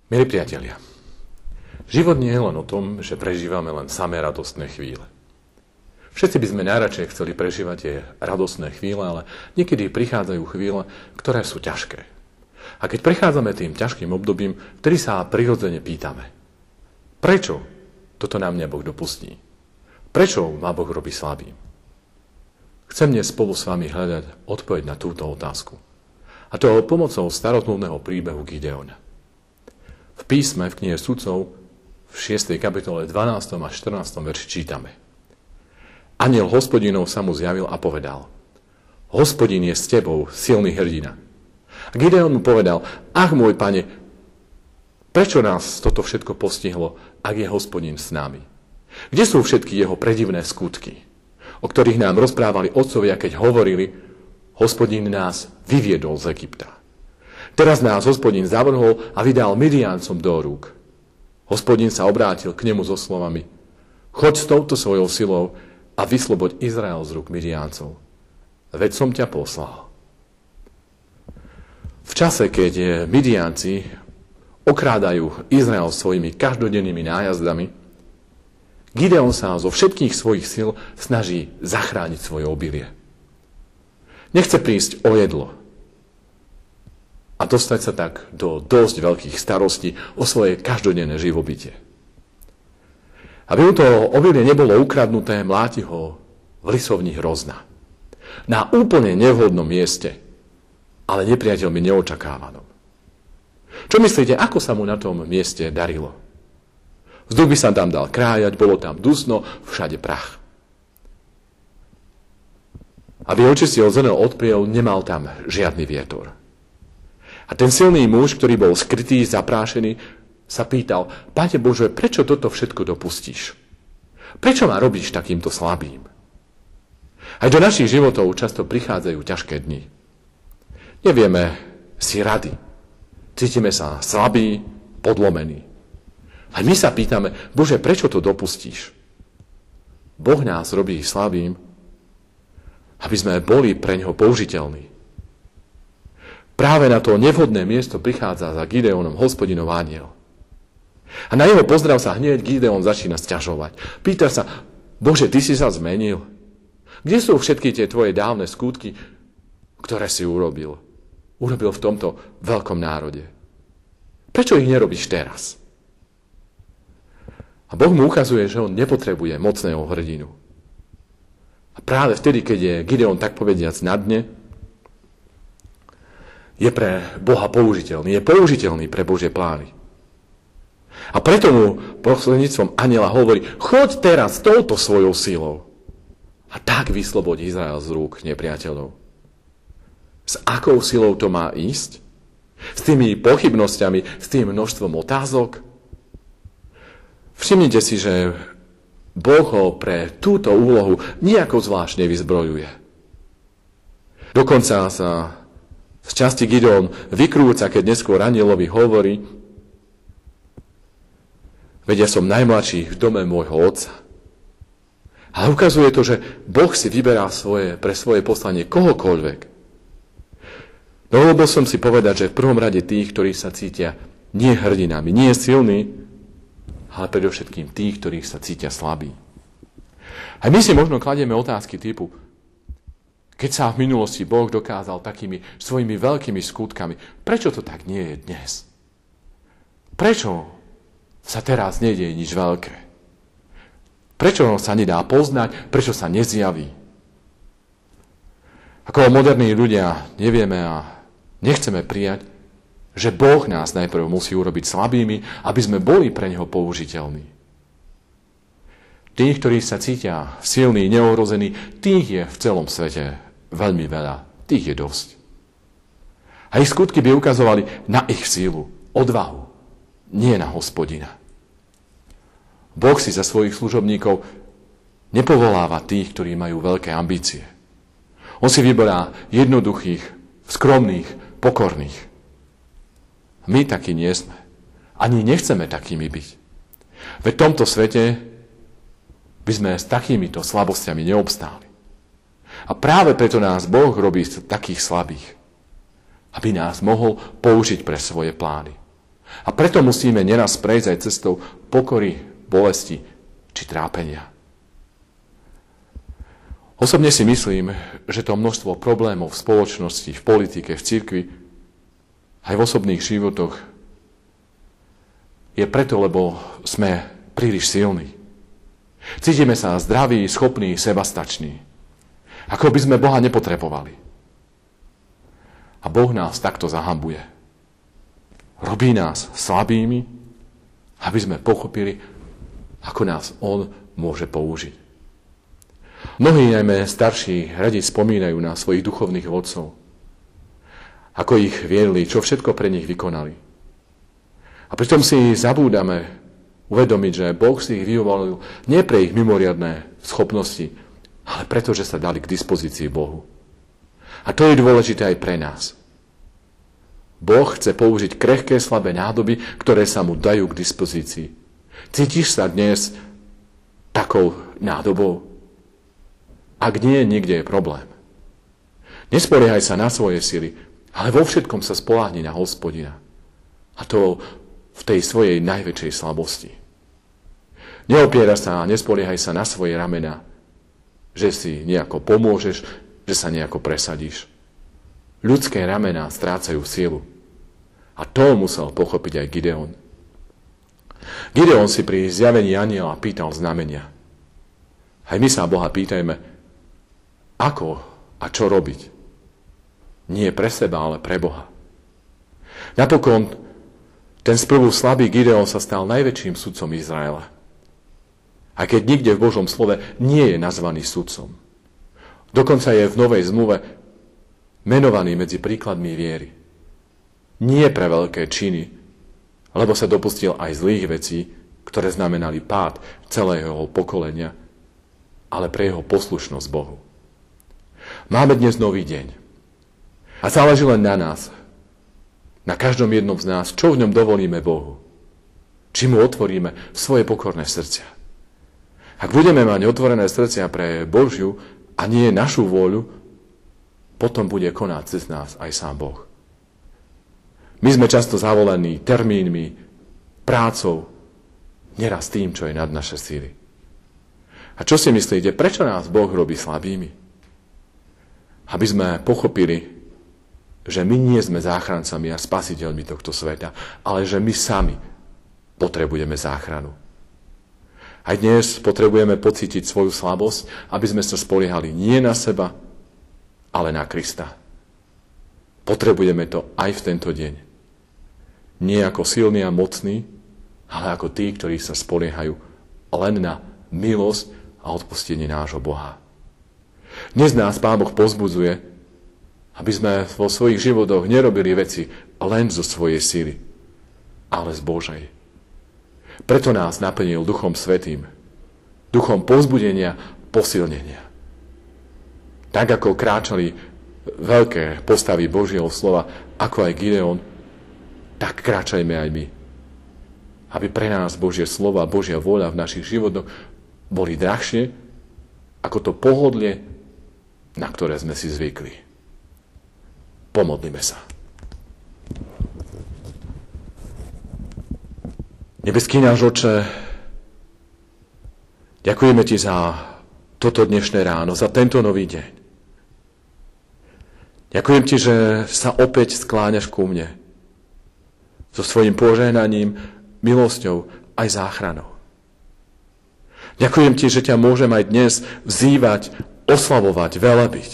Milí priatelia, život nie je len o tom, že prežívame len samé radostné chvíle. Všetci by sme najradšej chceli prežívať tie radostné chvíle, ale niekedy prichádzajú chvíle, ktoré sú ťažké. A keď prechádzame tým ťažkým obdobím, vtedy sa prirodzene pýtame, prečo toto na mňa Boh dopustí? Prečo ma Boh robí slabým? Chcem dnes spolu s vami hľadať odpoveď na túto otázku. A to pomocou starozmluvného príbehu Gideona. V písme, v knihe Sudcov, v 6. kapitole 12. a 14. verši čítame. Anjel Hospodinov sa mu zjavil a povedal: Hospodin je s tebou, silný hrdina. A Gideon mu povedal: Ach, môj pane, prečo nás toto všetko postihlo, ak je Hospodin s nami? Kde sú všetky jeho predivné skutky, o ktorých nám rozprávali otcovia, keď hovorili: Hospodin nás vyviedol z Egypta. Teraz nás Hospodin zavrhol a vydal Midiancom do rúk. Hospodin sa obrátil k nemu so slovami: Choď s touto svojou silou a vysloboď Izrael z rúk Midiancov. Veď som ťa poslal. V čase, keď Midianci okrádajú Izrael svojimi každodennými nájazdami, Gideon sa zo všetkých svojich sil snaží zachrániť svoje obilie. Nechce prísť o jedlo a dostať sa tak do dosť veľkých starostí o svoje každodenné živobytie. Aby mu to obilie nebolo ukradnuté, mláti ho v lisovni hrozna. Na úplne nevhodnom mieste, ale nepriateľmi neočakávanom. Čo myslíte, ako sa mu na tom mieste darilo? Vzduch by sa tam dal krájať, bolo tam dusno, všade prach. Aby očistil zrno od pliev, nemal tam žiadny vietor. A ten silný muž, ktorý bol skrytý, zaprášený, sa pýtal: Pane Bože, prečo toto všetko dopustíš? Prečo ma robíš takýmto slabým? Aj do našich životov často prichádzajú ťažké dni. Nevieme si rady. Cítime sa slabí, podlomení. A my sa pýtame: Bože, prečo to dopustíš? Boh nás robí slabým, aby sme boli pre ňoho použiteľní. Práve na to nevhodné miesto prichádza za Gideonom Hospodinov anjel. A na jeho pozdrav sa hneď Gideon začína sťažovať. Pýta sa: Bože, ty si sa zmenil? Kde sú všetky tie tvoje dávne skutky, ktoré si urobil? Urobil v tomto veľkom národe. Prečo ich nerobíš teraz? A Boh mu ukazuje, že on nepotrebuje mocného hrdinu. A práve vtedy, keď je Gideon tak povediac na dne, je pre Boha použiteľný. Je použiteľný pre Božie plány. A preto mu prostredníctvom anjela hovorí: Choď teraz touto svojou silou a tak vysloboď Izrael z rúk nepriateľov. S akou silou to má ísť? S tými pochybnosťami, s tým množstvom otázok? Všimnite si, že Boh ho pre túto úlohu nejako zvlášť nevyzbrojuje. Dokonca sa z časti Gideon vykrúca, keď neskôr anjelovi hovorí: Veď ja som najmladší v dome môjho otca. A ukazuje to, že Boh si vyberá pre svoje poslanie kohokoľvek. Dovolil som si povedať, že v prvom rade tých, ktorí sa cítia nie hrdinami, nie silní, ale predovšetkým tých, ktorých sa cítia slabí. A my si možno kladieme otázky typu: keď sa v minulosti Boh dokázal takými svojimi veľkými skutkami, prečo to tak nie je dnes? Prečo sa teraz nedieje nič veľké? Prečo sa nedá poznať? Prečo sa nezjaví? Ako moderní ľudia nevieme a nechceme prijať, že Boh nás najprv musí urobiť slabými, aby sme boli pre Neho použiteľní. Tých, ktorí sa cítia silní, neohrození, tých je v celom svete veľmi veľa. Tých je dosť. A ich skutky by ukazovali na ich sílu, odvahu, nie na Hospodina. Boh si za svojich služobníkov nepovoláva tých, ktorí majú veľké ambície. On si vyberá jednoduchých, skromných, pokorných. My takí nie sme. Ani nechceme takými byť. Veď v tomto svete by sme s takýmito slabosťami neobstáli. A práve preto nás Boh robí takých slabých, aby nás mohol použiť pre svoje plány. A preto musíme neraz prejsť aj cestou pokory, bolesti či trápenia. Osobne si myslím, že to množstvo problémov v spoločnosti, v politike, v cirkvi, aj v osobných životoch je preto, lebo sme príliš silní. Cítime sa zdraví, schopní, sebastační. Ako by sme Boha nepotrebovali. A Boh nás takto zahambuje. Robí nás slabými, aby sme pochopili, ako nás On môže použiť. Mnohí, najmä starší, radi spomínajú na svojich duchovných vodcov. Ako ich viedli, čo všetko pre nich vykonali. A pritom si zabúdame uvedomiť, že Boh si ich vyvolil nie pre ich mimoriadne schopnosti, ale preto, že sa dali k dispozícii Bohu. A to je dôležité aj pre nás. Boh chce použiť krehké, slabé nádoby, ktoré sa mu dajú k dispozícii. Cítiš sa dnes takou nádobou? Ak nie, niekde je problém. Nespoliehaj sa na svoje sily, ale vo všetkom sa spoľahni na Hospodina. A to v tej svojej najväčšej slabosti. Neopiera sa a nespoliehaj sa na svoje ramená, že si nejako pomôžeš, že sa nejako presadíš. Ľudské ramená strácajú silu. A to musel pochopiť aj Gideon. Gideon si pri zjavení anjela pýtal znamenia. Aj my sa Boha pýtajme, ako a čo robiť. Nie pre seba, ale pre Boha. Napokon ten sprvu slabý Gideon sa stal najväčším sudcom Izraela. A keď nikde v Božom slove nie je nazvaný sudcom. Dokonca je v Novej zmluve menovaný medzi príkladmi viery. Nie pre veľké činy, lebo sa dopustil aj zlých vecí, ktoré znamenali pád celého pokolenia, ale pre jeho poslušnosť Bohu. Máme dnes nový deň. A záleží len na nás, na každom jednom z nás, čo v ňom dovolíme Bohu. Či mu otvoríme svoje pokorné srdcia. Ak budeme mať otvorené srdcia pre Božiu a nie našu vôľu, potom bude konať cez nás aj sám Boh. My sme často zavolení termínmi, prácou, neraz tým, čo je nad naše síly. A čo si myslíte, prečo nás Boh robí slabými? Aby sme pochopili, že my nie sme záchrancami a spasiteľmi tohto sveta, ale že my sami potrebujeme záchranu. Aj dnes potrebujeme pocítiť svoju slabosť, aby sme sa spoliehali nie na seba, ale na Krista. Potrebujeme to aj v tento deň. Nie ako silní a mocní, ale ako tí, ktorí sa spoliehajú len na milosť a odpustenie nášho Boha. Dnes nás Pán Boh povzbudzuje, aby sme vo svojich životoch nerobili veci len zo svojej sily, ale z Božej. Preto nás naplnil Duchom Svätým, duchom povzbudenia, posilnenia. Tak ako kráčali veľké postavy Božieho slova, ako aj Gideon, tak kráčajme aj my. Aby pre nás Božie slovo a Božia vôľa v našich životoch boli drahšie ako to pohodlie, na ktoré sme si zvykli. Pomodlíme sa. Nebeský náš Otče, ďakujeme Ti za toto dnešné ráno, za tento nový deň. Ďakujem Ti, že sa opäť skláňaš ku mne so svojím požehnaním, milosťou aj záchranou. Ďakujem Ti, že ťa môžem aj dnes vzývať, oslavovať, velebiť.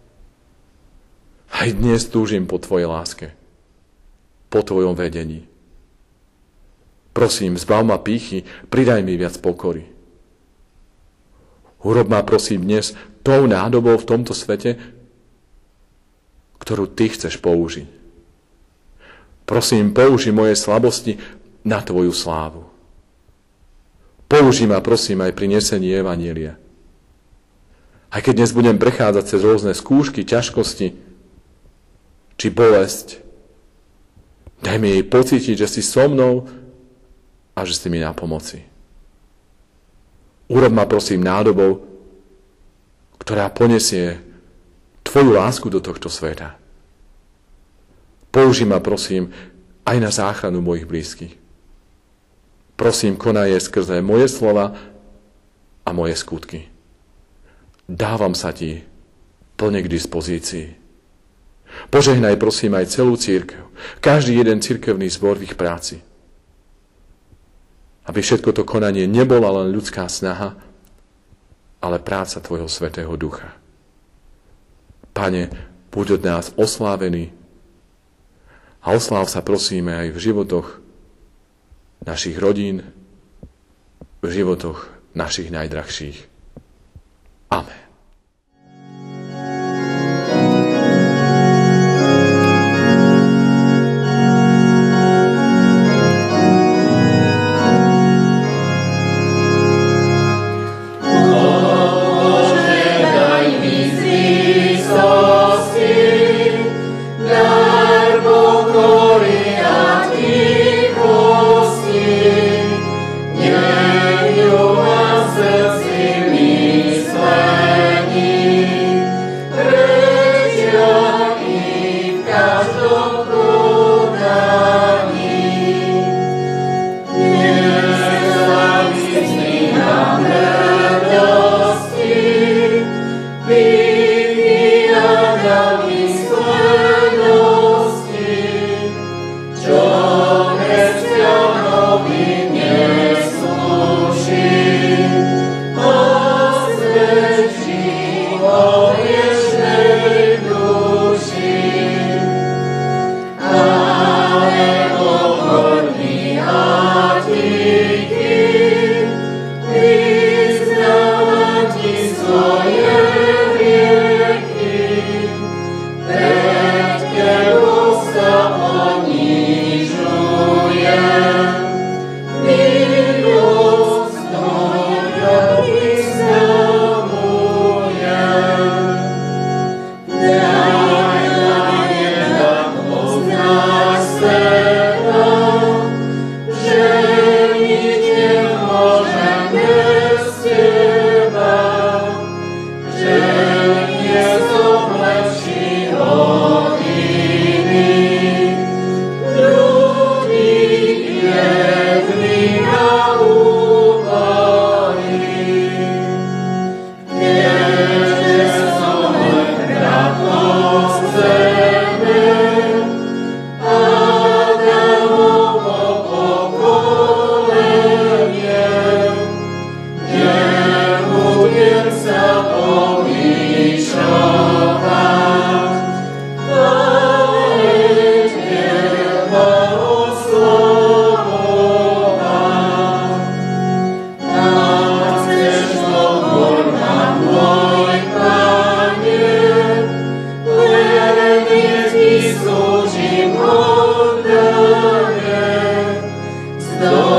Aj dnes túžim po Tvojej láske, po Tvojom vedení. Prosím, zbav ma pýchy, pridaj mi viac pokory. Urob ma, prosím, dnes tou nádobou v tomto svete, ktorú Ty chceš použiť. Prosím, použij moje slabosti na Tvoju slávu. Použij ma, prosím, aj pri nesení evanjelia. Aj keď dnes budem prechádzať cez rôzne skúšky, ťažkosti či bolesť, daj mi jej pocítiť, že si so mnou a že si mi na pomoci. Urob ma, prosím, nádobou, ktorá poniesie Tvoju lásku do tohto sveta. Použij ma, prosím, aj na záchranu mojich blízkych. Prosím, konaj skrze moje slova a moje skutky. Dávam sa ti plne k dispozícii. Požehnaj, prosím, aj celú cirkev, každý jeden cirkevný zbor v ich práci. Aby všetko to konanie nebola len ľudská snaha, ale práca tvojho Svätého Ducha. Pane, buď od nás oslávený a osláv sa, prosíme, aj v životoch našich rodín, v životoch našich najdrahších. Amen. No.